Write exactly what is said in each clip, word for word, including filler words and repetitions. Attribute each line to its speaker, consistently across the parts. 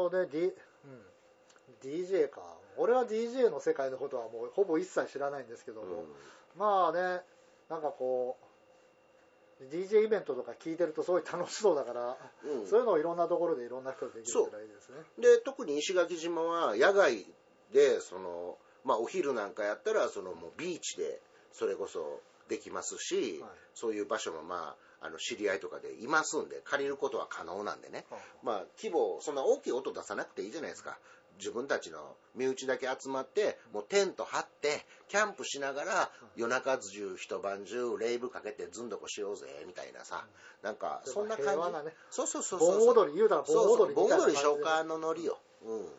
Speaker 1: どね、D うん、ディージェー か。俺は ディージェー の世界のことはもうほぼ一切知らないんですけども、うん、まあね、なんかこう ディージェー イベントとか聞いてるとすごい楽しそうだから、うん、そういうのをいろんなところでいろんな人でできるからいいですね。
Speaker 2: で特に石垣島は野外でその、まあ、お昼なんかやったらそのもうビーチでそれこそできますし、はい、そういう場所もまああの知り合いとかでいますんで借りることは可能なんでね、はい、まあ規模そんな大きい音出さなくていいじゃないですか。自分たちの身内だけ集まってもうテント張ってキャンプしながら夜中中一晩中レイブかけてずんどこしようぜみたいなさ、なんかそんな感じ、ね、そうそうそうそう、
Speaker 1: 盆踊り言うたら盆踊りみたいな感じで、
Speaker 2: 盆踊り消化のノリよ、うん、うん、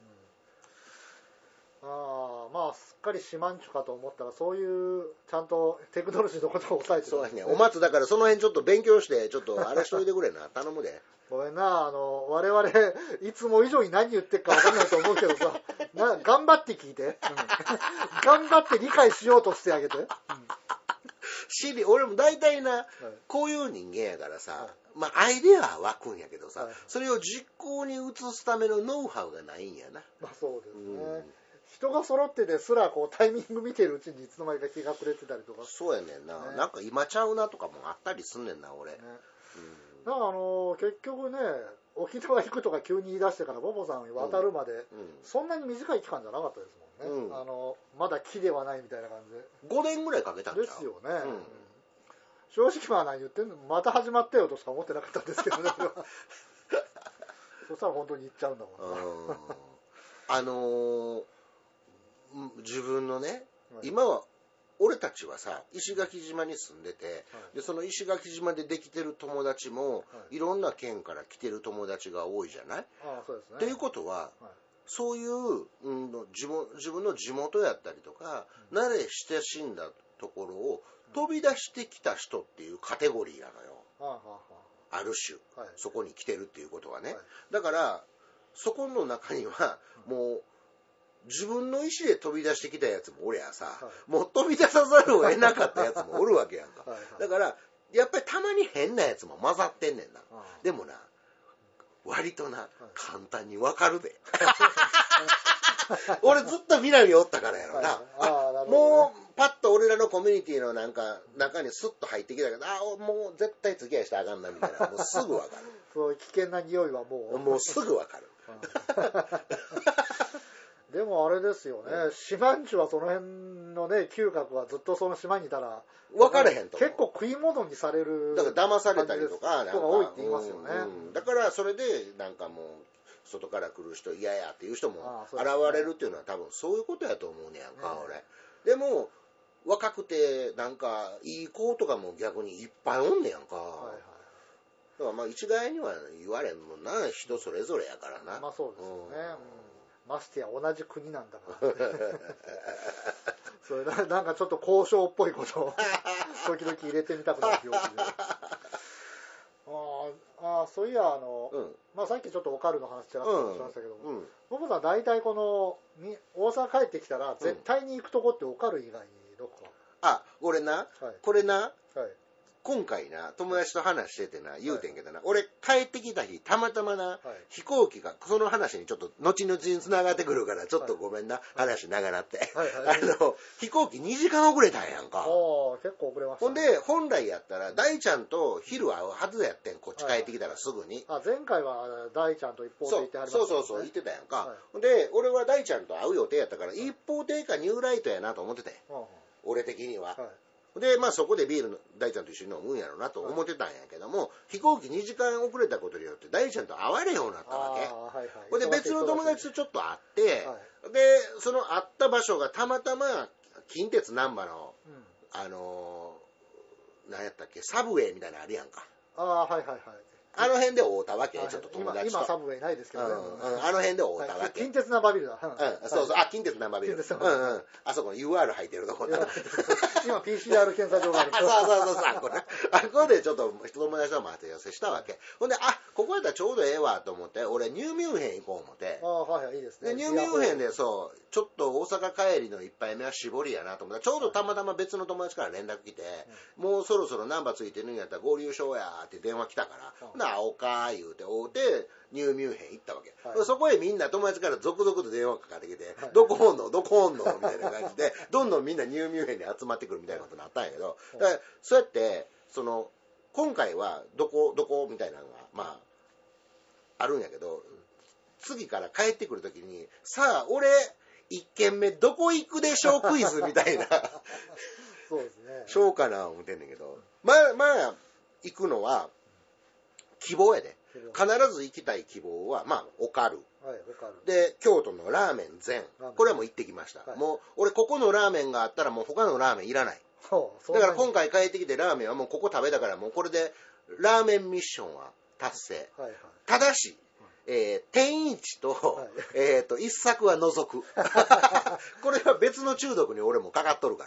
Speaker 1: あまあすっかり四万十かと思ったらそういうちゃんとテクノロジーのことを抑えてる、
Speaker 2: ね、そうね、お松だからその辺ちょっと勉強してちょっとあれしといてくれな頼むで。
Speaker 1: ごめんな、あの我々いつも以上に何言ってるか分かんないと思うけどさな頑張って聞いて、うん、頑張って理解しようとしてあげて、うん、
Speaker 2: 知り俺も大体な、はい、こういう人間やからさ、はい、まあアイデアは湧くんやけどさ、はい、それを実行に移すためのノウハウがないんやな。
Speaker 1: まあそうですね、うん、人が揃ってですらこうタイミング見てるうちにいつの間にか日が暮れてたりとか。
Speaker 2: そうやねんな、ね、なんか今ちゃうなとかもあったりすんねんな俺、ね、
Speaker 1: うん、だからあの結局ね沖縄行くとか急に言い出してからボボさんに渡るまで、うんうん、そんなに短い期間じゃなかったですもんね、うん、あのまだ木ではないみたいな感じで
Speaker 2: ごねんぐらいかけたんちゃう
Speaker 1: ですよね、うん、正直まあ何言ってんのまた始まったよとしか思ってなかったんですけどねそしたら本当に行っちゃうんだもんな
Speaker 2: あのー、自分のね、はい、今は俺たちはさ石垣島に住んでて、はい、でその石垣島でできてる友達も、はい、いろんな県から来てる友達が多いじゃない。
Speaker 1: あそうですね。
Speaker 2: ということは、はい、そういう、うん、自分、自分の地元やったりとか、うん、慣れ親しんだところを飛び出してきた人っていうカテゴリーなのよ、うん、あ, ある種、はい、そこに来てるっていうことはね、はい、だからそこの中にはもう自分の意思で飛び出してきたやつもおりゃさ、はい、もう飛び出さざるを得なかったやつもおるわけやんかはい、はい、だからやっぱりたまに変なやつも混ざってんねんな。でもな割とな、はい、簡単に分かるで俺ずっと南おったからやろな、はい、ああ、ね、もうパッと俺らのコミュニティのなんか中にスッと入ってきたけど、ああもう絶対付き合いしたらあかんなみたいなもうすぐ分かる
Speaker 1: そういう危険な匂いはもう
Speaker 2: もうすぐ分かる
Speaker 1: でもあれですよね、四万十はその辺のね嗅覚はずっとその島にいたら
Speaker 2: 分かれへんと
Speaker 1: 結構食い物にされる
Speaker 2: だから騙されたりとか
Speaker 1: 人が多いって言いますよね、
Speaker 2: うんうん、だからそれでなんかもう外から来る人嫌やっていう人も現れるっていうのは多分そういうことやと思うねやんか、ね、俺でも若くてなんかいい子とかも逆にいっぱいおんねやんか、はいはい、だからまあ一概には言われんもんな人それぞれやからな。
Speaker 1: まあそうですよね、うんましてや同じ国なんだからそれな、なんかちょっと交渉っぽいことを時々入れてみたくなる病気でああそういやあの、うんまあ、さっきちょっとオカルの話ちらっとしましたけども、うんうん、僕さん大体この大阪帰ってきたら絶対に行くとこってオカル以外にどこか、
Speaker 2: あ俺な、はい、これな、はい今回な友達と話しててな言うてんけどな、はい、俺帰ってきた日たまたまな、はい、飛行機がその話にちょっと後々に繋がってくるからちょっとごめんな、はい、話長なって、はいはい、あの飛行機にじかん遅れたんやんか。
Speaker 1: お結構遅れました、ね、
Speaker 2: ほんで本来やったら大ちゃんと昼会うはずやってんこっち帰ってきたらすぐに、
Speaker 1: はい、あ前回は大ちゃんと一方亭行ってはりました、
Speaker 2: ね、そうそうそう言ってたやんか、はい、で俺は大ちゃんと会う予定やったから、はい、一方亭かニューライトやなと思ってて、はい、俺的には、はいでまあそこでビールの大ちゃんと一緒に飲むんやろうなと思ってたんやけども、はい、飛行機にじかん遅れたことによって大ちゃんと会われようになったわけ。はいはい、で別の友達とちょっと会って、はい、でその会った場所がたまたま近鉄難波の、うん、あのー、何やったっけサブウェイみたいなのあるやんか。
Speaker 1: ああはいはいはい。
Speaker 2: あの辺で会うたわけ、はい、ちょっと友達と
Speaker 1: 今, 今サブウェイないですけどね、
Speaker 2: うんうん、あの辺で会うたわけ、はい、
Speaker 1: 近鉄ナバビルだ、
Speaker 2: うん、そうそうあ近鉄ナバビル、うんうん、あそこの ユーアール 入ってるとこだ
Speaker 1: 今 ピーシーアール 検査場がある
Speaker 2: そうそうそうそうあこれあこでちょっと友達と待ち合わせしたわけ。ほんであここやったらちょうどええわと思って俺ニューミュンヘン行こう思って、
Speaker 1: あはいはいいいですね。
Speaker 2: でニューミュンヘンでそうちょっと大阪帰りの一杯目は絞りやなと思ったらちょうどたまたま別の友達から連絡来て、うん、もうそろそろナンバーついてるんやったら合流しようやって電話来たから、うん、な会おうか言うて会うてニューミュンヘン行ったわけ、
Speaker 1: はい、
Speaker 2: そこへみんな友達から続々と電話かかってきて、
Speaker 1: はい、
Speaker 2: どこおんのどこおんのみたいな感じでどんどんみんなニューミュンヘンに集まってくるみたいなことになったんやけど、だからそうやってその今回はどこどこみたいなのがまああるんやけど、次から帰ってくるときにさあ俺一軒目どこ行くでしょうクイズみたいな
Speaker 1: そうですね、
Speaker 2: しようかな思ってんねんけど、まあまあ行くのは希望やで、必ず行きたい希望はまあおかる、
Speaker 1: はい、おかる
Speaker 2: で京都のラーメン全、これはもう行ってきました、はい、もう俺ここのラーメンがあったらもう他のラーメンいらない、だから今回帰ってきてラーメンはもうここ食べたからもうこれでラーメンミッションは達成、はいはい、ただしえー、天一と、はい、えーと一作は除くこれは別の中毒に俺もかかっとるから、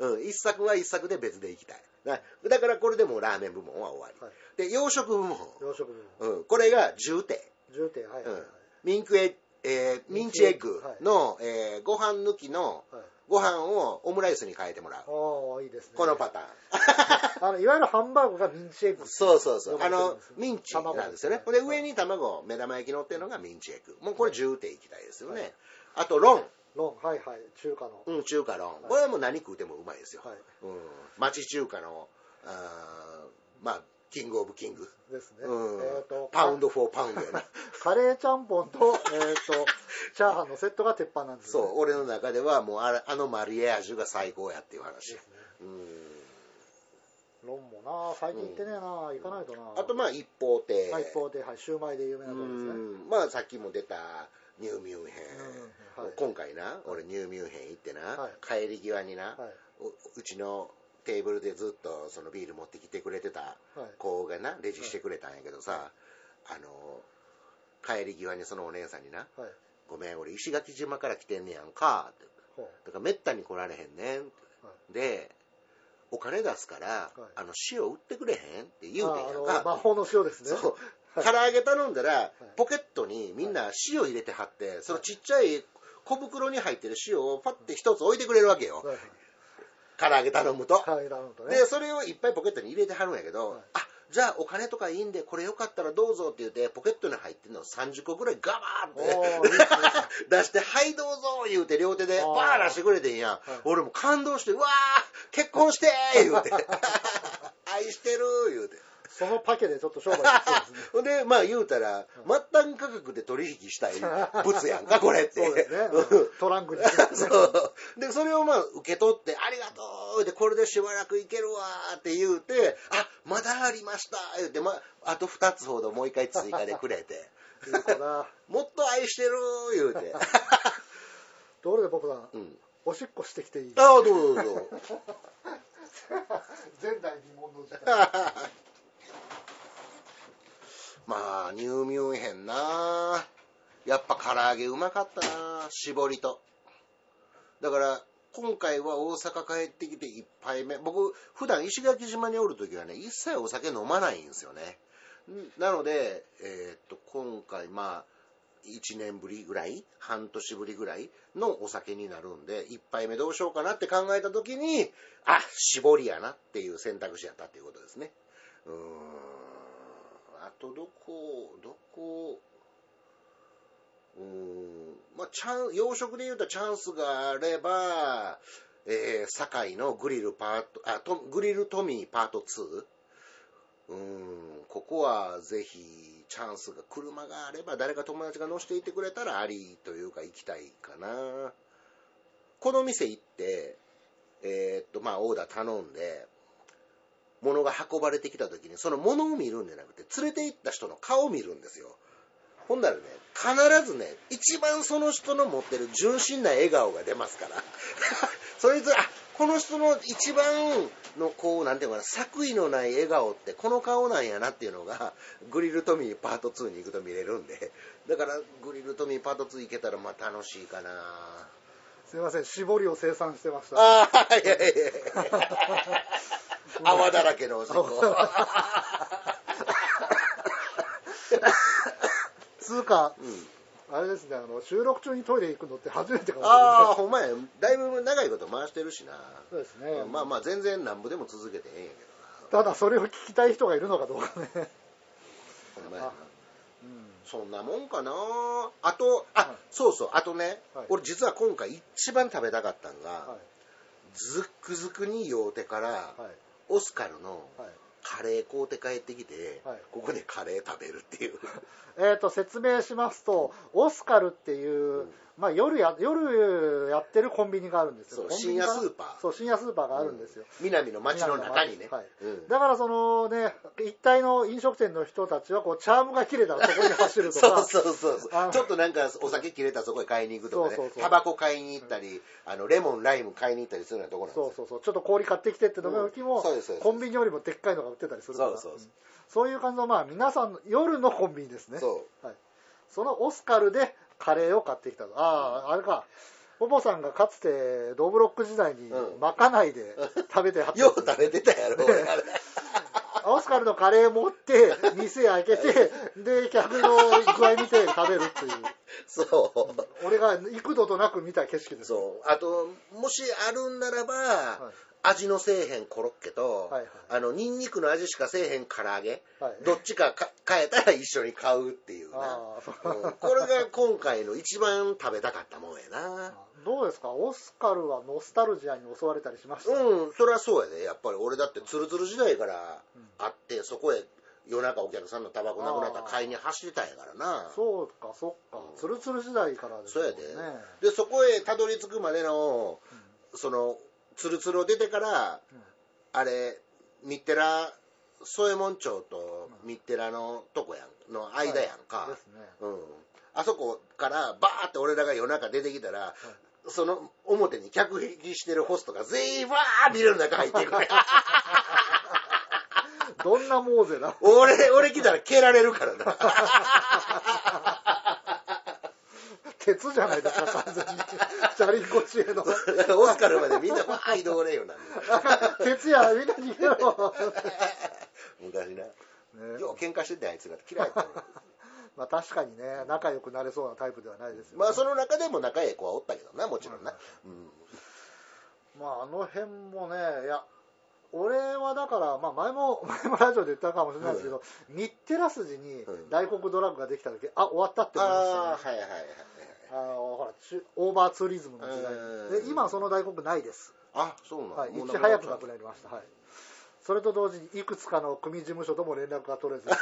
Speaker 2: はい、うん、一作は一作で別で行きたい、だからこれでもうラーメン部門は終わり、はい、で洋食部門、
Speaker 1: 洋食部門、
Speaker 2: うん、これがじゅうてん、
Speaker 1: じゅうてん、はいはいはい、うん、
Speaker 2: ミンクエ、えー、ミンチエッグの、はい、えー、ご飯抜きの、はい、ご飯をオムライスに変えてもらう。
Speaker 1: ああ、いいですね。
Speaker 2: このパターン。
Speaker 1: あのいわゆるハンバーグがミンチエッグ。
Speaker 2: そうそうそう。あのミンチなんですよね。で上に卵、目玉焼き乗ってるのがミンチエッグ。もうこれじゅうてんいきたいですよね。はい、あとロン。
Speaker 1: ロン、はいはい。中華の。
Speaker 2: うん、中華ロン。はい、これはもう何食うてもうまいですよ。はい、うん、町中華のあまあキングオブキング
Speaker 1: ですね。
Speaker 2: うん、えーとパウンドフォーパウンドやな。
Speaker 1: カレーちゃんぽんと、えー、とチャーハンのセットが鉄板なんですね。
Speaker 2: そう、俺の中ではもうあれあのマリエージュが最高やっていう話。ですね。うん。
Speaker 1: ロンもな最近行ってねえな、うん、行かないとな。
Speaker 2: あとまあ一方亭。
Speaker 1: 一方亭、はい、シューマイで有名なところですね。
Speaker 2: うんまあさっきも出たニューミュンヘン、うんはい、今回な俺ニューミュンヘン行ってな、はい、帰り際にな、はい、う, うちのテーブルでずっとそのビール持ってきてくれてた子がなレジしてくれたんやけどさ、はい、あの帰り際にそのお姉さんにな、はい、ごめん俺石垣島から来てんねやんかって、はい、だからめったに来られへんねんって、はい、でお金出すから、はい、あの塩売ってくれへんって言うてんやんか。
Speaker 1: 魔法の塩ですね。
Speaker 2: そう唐揚げ頼んだら、はい、ポケットにみんな塩入れてはって、はい、そのちっちゃい小袋に入ってる塩をパッて一つ置いてくれるわけよ、はい、唐揚げ頼むと、はい頼むとね、でそれをいっぱいポケットに入れてはるんやけど、はい、あじゃあお金とかいいんでこれよかったらどうぞって言ってポケットに入ってるのをさんじゅっこぐらいガバーっていい、ね、出してはいどうぞ言うて両手でバー出してくれてんや、はい、俺も感動してうわー結婚して言うて愛してる言うて
Speaker 1: そのパケでちょっと商売して
Speaker 2: そうですね。で、まあ言うたら、末端価格で取引したい物やんか、これって。
Speaker 1: そうですね。トランクに、ね。
Speaker 2: そう。で、それをまあ受け取って、ありがとうで、これでしばらくいけるわって言うて、あ、まだありました言うて、まあ、あとふたつほどもう一回追加でくれて。
Speaker 1: いいかな
Speaker 2: もっと愛してる言うて。
Speaker 1: どれで僕さん、うん、おしっこしてきていい
Speaker 2: ああ、どうぞどうぞ。
Speaker 1: 前代未聞の時代。
Speaker 2: まあニューミュンヘンなやっぱ唐揚げうまかったな絞りとだから今回は大阪帰ってきていっぱいめ僕普段石垣島におる時はね一切お酒飲まないんですよねなのでえー、っと今回まあいちねんぶりぐらい半年ぶりぐらいのお酒になるんでいっぱいめどうしようかなって考えた時にあ絞りやなっていう選択肢やったっていうことですねうーんあとどこどこうーんまあチャン洋食で言うとチャンスがあれば、えー、堺のグリルパートあとグリルトミーパートツーうーんここはぜひチャンスが車があれば誰か友達が乗せていてくれたらありというか行きたいかなこの店行ってえー、っとまあオーダー頼んで物が運ばれてきた時にその物を見るんじゃなくて連れて行った人の顔を見るんですよほんならね必ずね一番その人の持ってる純真な笑顔が出ますからそいつあこの人の一番のこうなんていうかな作為のない笑顔ってこの顔なんやなっていうのがグリルトミーパートツーに行くと見れるんでだからグリルトミーパートツー行けたらまあ楽しいかな
Speaker 1: すいません絞りを生産してました
Speaker 2: ああいやいやいや泡だらけのおしっこ
Speaker 1: つうか、うん、あれですねあの収録中にトイレ行くのって初めてかもしれない
Speaker 2: ああほんまやだいぶ長いこと回してるしな
Speaker 1: そうですね
Speaker 2: まあまあ全然なんぼでも続けてええんやけ
Speaker 1: どなただそれを聞きたい人がいるのかどうかね
Speaker 2: ほんまやなそんなもんかな。あとあ、はい、そうそうあとね、はい、俺実は今回一番食べたかったのが、はい、ずっくずくに酔うてから、はい、オスカルのカレー買うて帰ってきて、はい、ここでカレー食べるっていう
Speaker 1: えっと説明しますと、オスカルっていう、うん、まあ、夜や夜やってるコンビニがあるんですよ。
Speaker 2: そう深夜スーパー。
Speaker 1: そう深夜スーパーがあるんですよ。
Speaker 2: うん、南の街の中にね。
Speaker 1: はいうん、だからそのね一帯の飲食店の人たちはこうチャームが切れたらそこに走るとか。
Speaker 2: そうそうそうそう。ちょっとなんかお酒切れたらそこへ買いに行くとかね。タバコ買いに行ったり、あのレモンライム買いに行ったりするようなところなんですよ。
Speaker 1: そうそうそう。ちょっと氷買ってきてって飲む時も、うん、コンビニよりもでっかいのが売ってたりするから。そうそうそう。そういう感じのまあ皆さんの夜のコンビニですね。そう。はい。そのオスカルでカレーを買ってきたと。ああ、あれか。おぼさんがかつてドブロック時代にまかないで食べてはった、
Speaker 2: うん、よく食べてたやろ、俺あれ。
Speaker 1: オスカルのカレー持って店開けてで客の具合見て食べるっていう。そう。俺が幾度となく見た景色です。
Speaker 2: そう。あともしあるんならば。はい味のせえへんコロッケと、はいはい、あのニンニクの味しかせえへん唐揚げ、はい、どっちか変えたら一緒に買うっていうな、うん、これが今回の一番食べたかったもんやな。
Speaker 1: どうですかオスカルはノスタルジアに襲われたりしました？
Speaker 2: うんそれはそうやで、ね、やっぱり俺だってツルツル時代からあって、うん、そこへ夜中お客さんのタバコなくなったら買いに走ってたんやからな。
Speaker 1: そうかそっか、うん、ツルツル時代からですね。
Speaker 2: そうやで。でそこへたどり着くまでの、うん、そのツルツル出てから、うん、あれミッテラ添右衛門町とミッテラのとこやんの間やんか、はいですねうん、あそこからバーって俺らが夜中出てきたら、はい、その表に客引きしてるホストが全員バービルの中入っていく
Speaker 1: どんなモーゼだ
Speaker 2: 俺俺来たら蹴られるからな
Speaker 1: 鉄じゃないですか完全にチャリンコチェの
Speaker 2: オスカルまでみんなわー移動れよなん
Speaker 1: で鉄やみんな逃げろ
Speaker 2: 昔な、ね、よう喧嘩しててあいつら嫌いだった
Speaker 1: まあ確かにね仲良くなれそうなタイプではないですよ、ね、
Speaker 2: まあその中でも仲ええ子はおったけどなもちろんな、うんうん、
Speaker 1: まああの辺もねいや俺はだから、まあ、前も前もラジオで言ったかもしれないですけど、うん、ミッテラ筋に大黒ドラッグができた時、うん、あ終わったって思いましたね。あ、はいはいはい、あのほらオーバーツーリズムの時代で今はその大黒ないです。
Speaker 2: あそうなん、
Speaker 1: はい、いち早くなくなりました。はい、それと同時にいくつかの組事務所とも連絡が取れず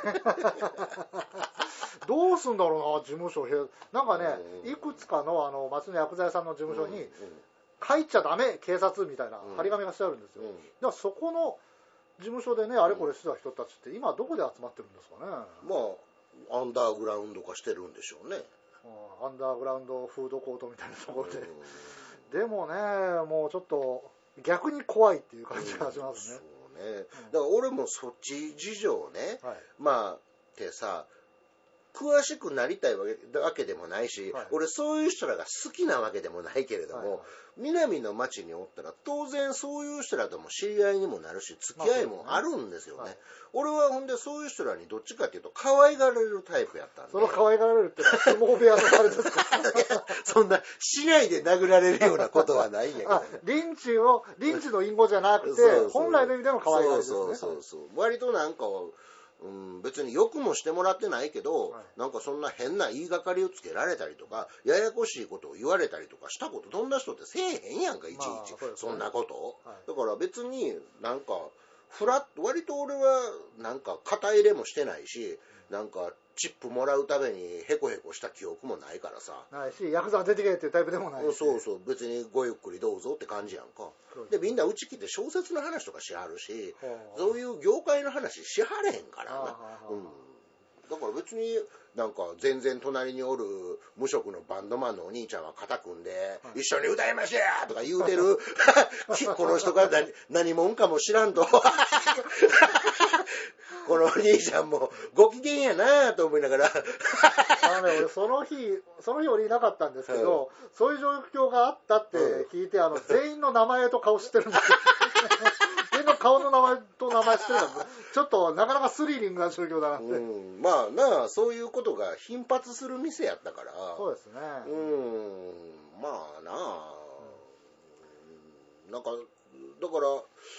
Speaker 1: どうすんだろうな事務所なんかね、いくつかのあの町の薬剤さんの事務所に、うんうん入っちゃダメ警察みたいな張り紙がしてあるんですよ、うん、だからそこの事務所でねあれこれしてた人たちって今どこで集まってるんですかね。
Speaker 2: まあアンダーグラウンド化してるんでしょうね。
Speaker 1: アンダーグラウンドフードコートみたいなところで、うん、でもねもうちょっと逆に怖いっていう感じがしますね、
Speaker 2: うん、そうね、だから俺もそっち事情ね、はい、まあってさ詳しくなりたいわけでもないし、はい、俺そういう人らが好きなわけでもないけれども、はいはい、南の町におったら当然そういう人らとも知り合いにもなるし付き合いもあるんですよね、まあねはい、俺はほんでそういう人らにどっちかっていうと可愛がられるタイプやったんで。
Speaker 1: その可愛がられるって相撲部屋のあれですか
Speaker 2: そんな市内で殴られるようなことはないんやけど、ね、
Speaker 1: リンチをリンチの隠語じゃなくてそうそう本来の意味での可愛がられですね。
Speaker 2: そうそうそうそう割となんかうん、別によくもしてもらってないけど、はい、なんかそんな変な言いがかりをつけられたりとかややこしいことを言われたりとかしたことどんな人ってせえへんやんかいちいち、まあ そ, ね、そんなこと、はい、だから別になんかフラッ割と俺はなんか肩入れもしてないしなんかチップもらうためにヘコヘコした記憶もないからさ
Speaker 1: ないしヤクザが出てけっていうタイプでもないし
Speaker 2: そうそう別にごゆっくりどうぞって感じやんかでみんなうち来て小説の話とかしはるしそういう業界の話しはれへんからな、うん、だから別になんか全然隣におる無職のバンドマンのお兄ちゃんは肩組んで、はい、一緒に歌いましょうとか言うてるこの人が 何, 何者かも知らんとこのお兄ちゃんもご機嫌やなと思いながら
Speaker 1: あの、ね、俺その日その日俺いなかったんですけど、はい、そういう状況があったって聞いて、あの全員の名前と顔知ってるんですよ全員の顔の名前と名前知ってるんですちょっとなかなかスリリングな状況だなって、
Speaker 2: うん、まあなあそういうことが頻発する店やったから
Speaker 1: そうですね
Speaker 2: うんまあなあ、うん、なんかだから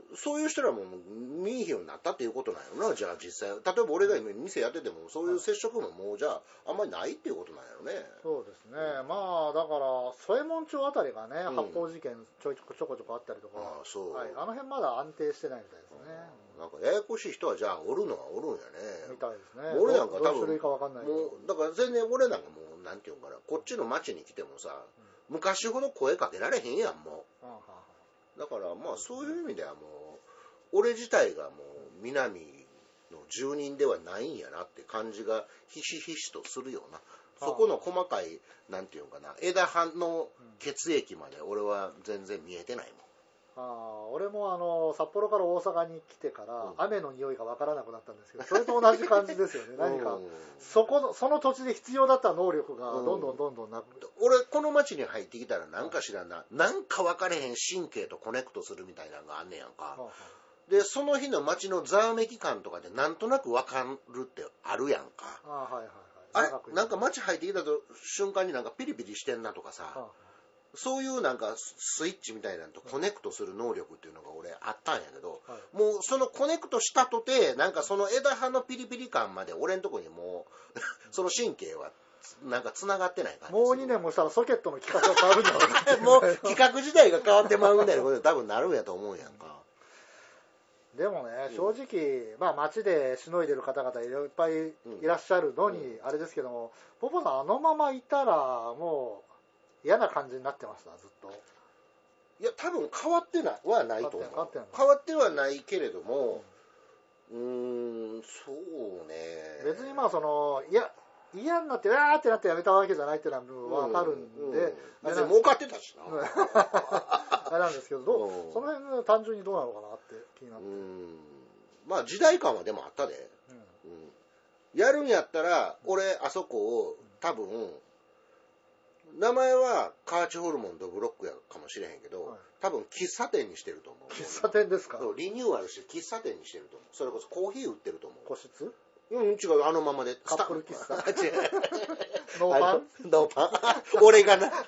Speaker 2: そういう人らも見えへんようになったっていうことなんやろな、じゃあ実際。例えば俺が今店やってても、そういう接触ももうじゃあ、あんまりないっていうことなんやろね。
Speaker 1: そうですね。うん、まあ、だから、添右衛門町あたりがね、うん、発砲事件ちょいちょこちょこちょこあったりとか、
Speaker 2: ああ、そう。
Speaker 1: はい、あの辺まだ安定してないみたいですね。
Speaker 2: なんかややこしい人はじゃあおるのはおるんやね。
Speaker 1: みたいですね。
Speaker 2: 俺なんか多分、
Speaker 1: どう種類かわかんないけど。
Speaker 2: もう、だから全然俺なんかもう、なんていうのかな、こっちの町に来てもさ、うん、昔ほど声かけられへんやん、もう。はあはあ、だからまあそういう意味ではもう、俺自体がもう南の住人ではないんやなって感じがひしひしとするような。そこの細かい、なんていうのかな、枝葉の血液まで俺は全然見えてないもん。
Speaker 1: あ俺もあの札幌から大阪に来てから、うん、雨の匂いが分からなくなったんですけど、それと同じ感じですよね。何か、うん、そこのその土地で必要だった能力がどんどんどんどんなく、
Speaker 2: うん、俺この町に入ってきたらなんか知らんな、なんか分かれへん神経とコネクトするみたいなのがあんねやんか、はあ、でその日の町のざわめき感とかでなんとなく分かるってあるやんか。
Speaker 1: あ、はいはいはい、
Speaker 2: あれなんか町入ってきた瞬間になんかピリピリしてんなとかさ、はあ、そういうなんかスイッチみたいなのとコネクトする能力っていうのが俺あったんやけど、はい、もうそのコネクトしたとてなんかその枝葉のピリピリ感まで俺んとこにもうその神経はなんか繋がってない感じ。
Speaker 1: もうにねんもしたらソケットの規格が変わるんだろうね。
Speaker 2: もう規格自体が変わってまうみたいなことで多分なるんやと思うんやんか。
Speaker 1: でもね、正直、まあ街でしのいでる方々いっぱいいらっしゃるのに、あれですけども、ポポさんあのままいたらもう嫌な感じになってました、ずっと。
Speaker 2: いや、多分変わってないはないと思う。
Speaker 1: 変わってない。
Speaker 2: 変わってはないけれども、うーん、そうね。
Speaker 1: 別にまあその、いや、嫌になって、うわーってなってやめたわけじゃないっていうのは分かるんで、うんうん、
Speaker 2: 別に儲かってたしな。
Speaker 1: あれなんですけど、どう、うん、その辺の単純にどうなのかなって気になって。うん、
Speaker 2: まあ時代感はでもあったで。うんうん、やるんやったら、俺、あそこを多分、名前はカーチホルモンドブロックやかもしれへんけど、はい、多分喫茶店にしてると思う。
Speaker 1: 喫茶店ですか？
Speaker 2: リニューアルして喫茶店にしてると思う。それこそコーヒー売ってると思う。
Speaker 1: 個室？
Speaker 2: うん、違う、あのままで。
Speaker 1: カップル喫茶。
Speaker 2: 違う。
Speaker 1: ノーパン？
Speaker 2: ノーパン。俺がな。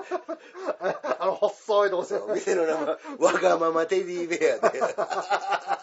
Speaker 1: あの細いとこですよ。
Speaker 2: 店の名前、わがままテディベアで。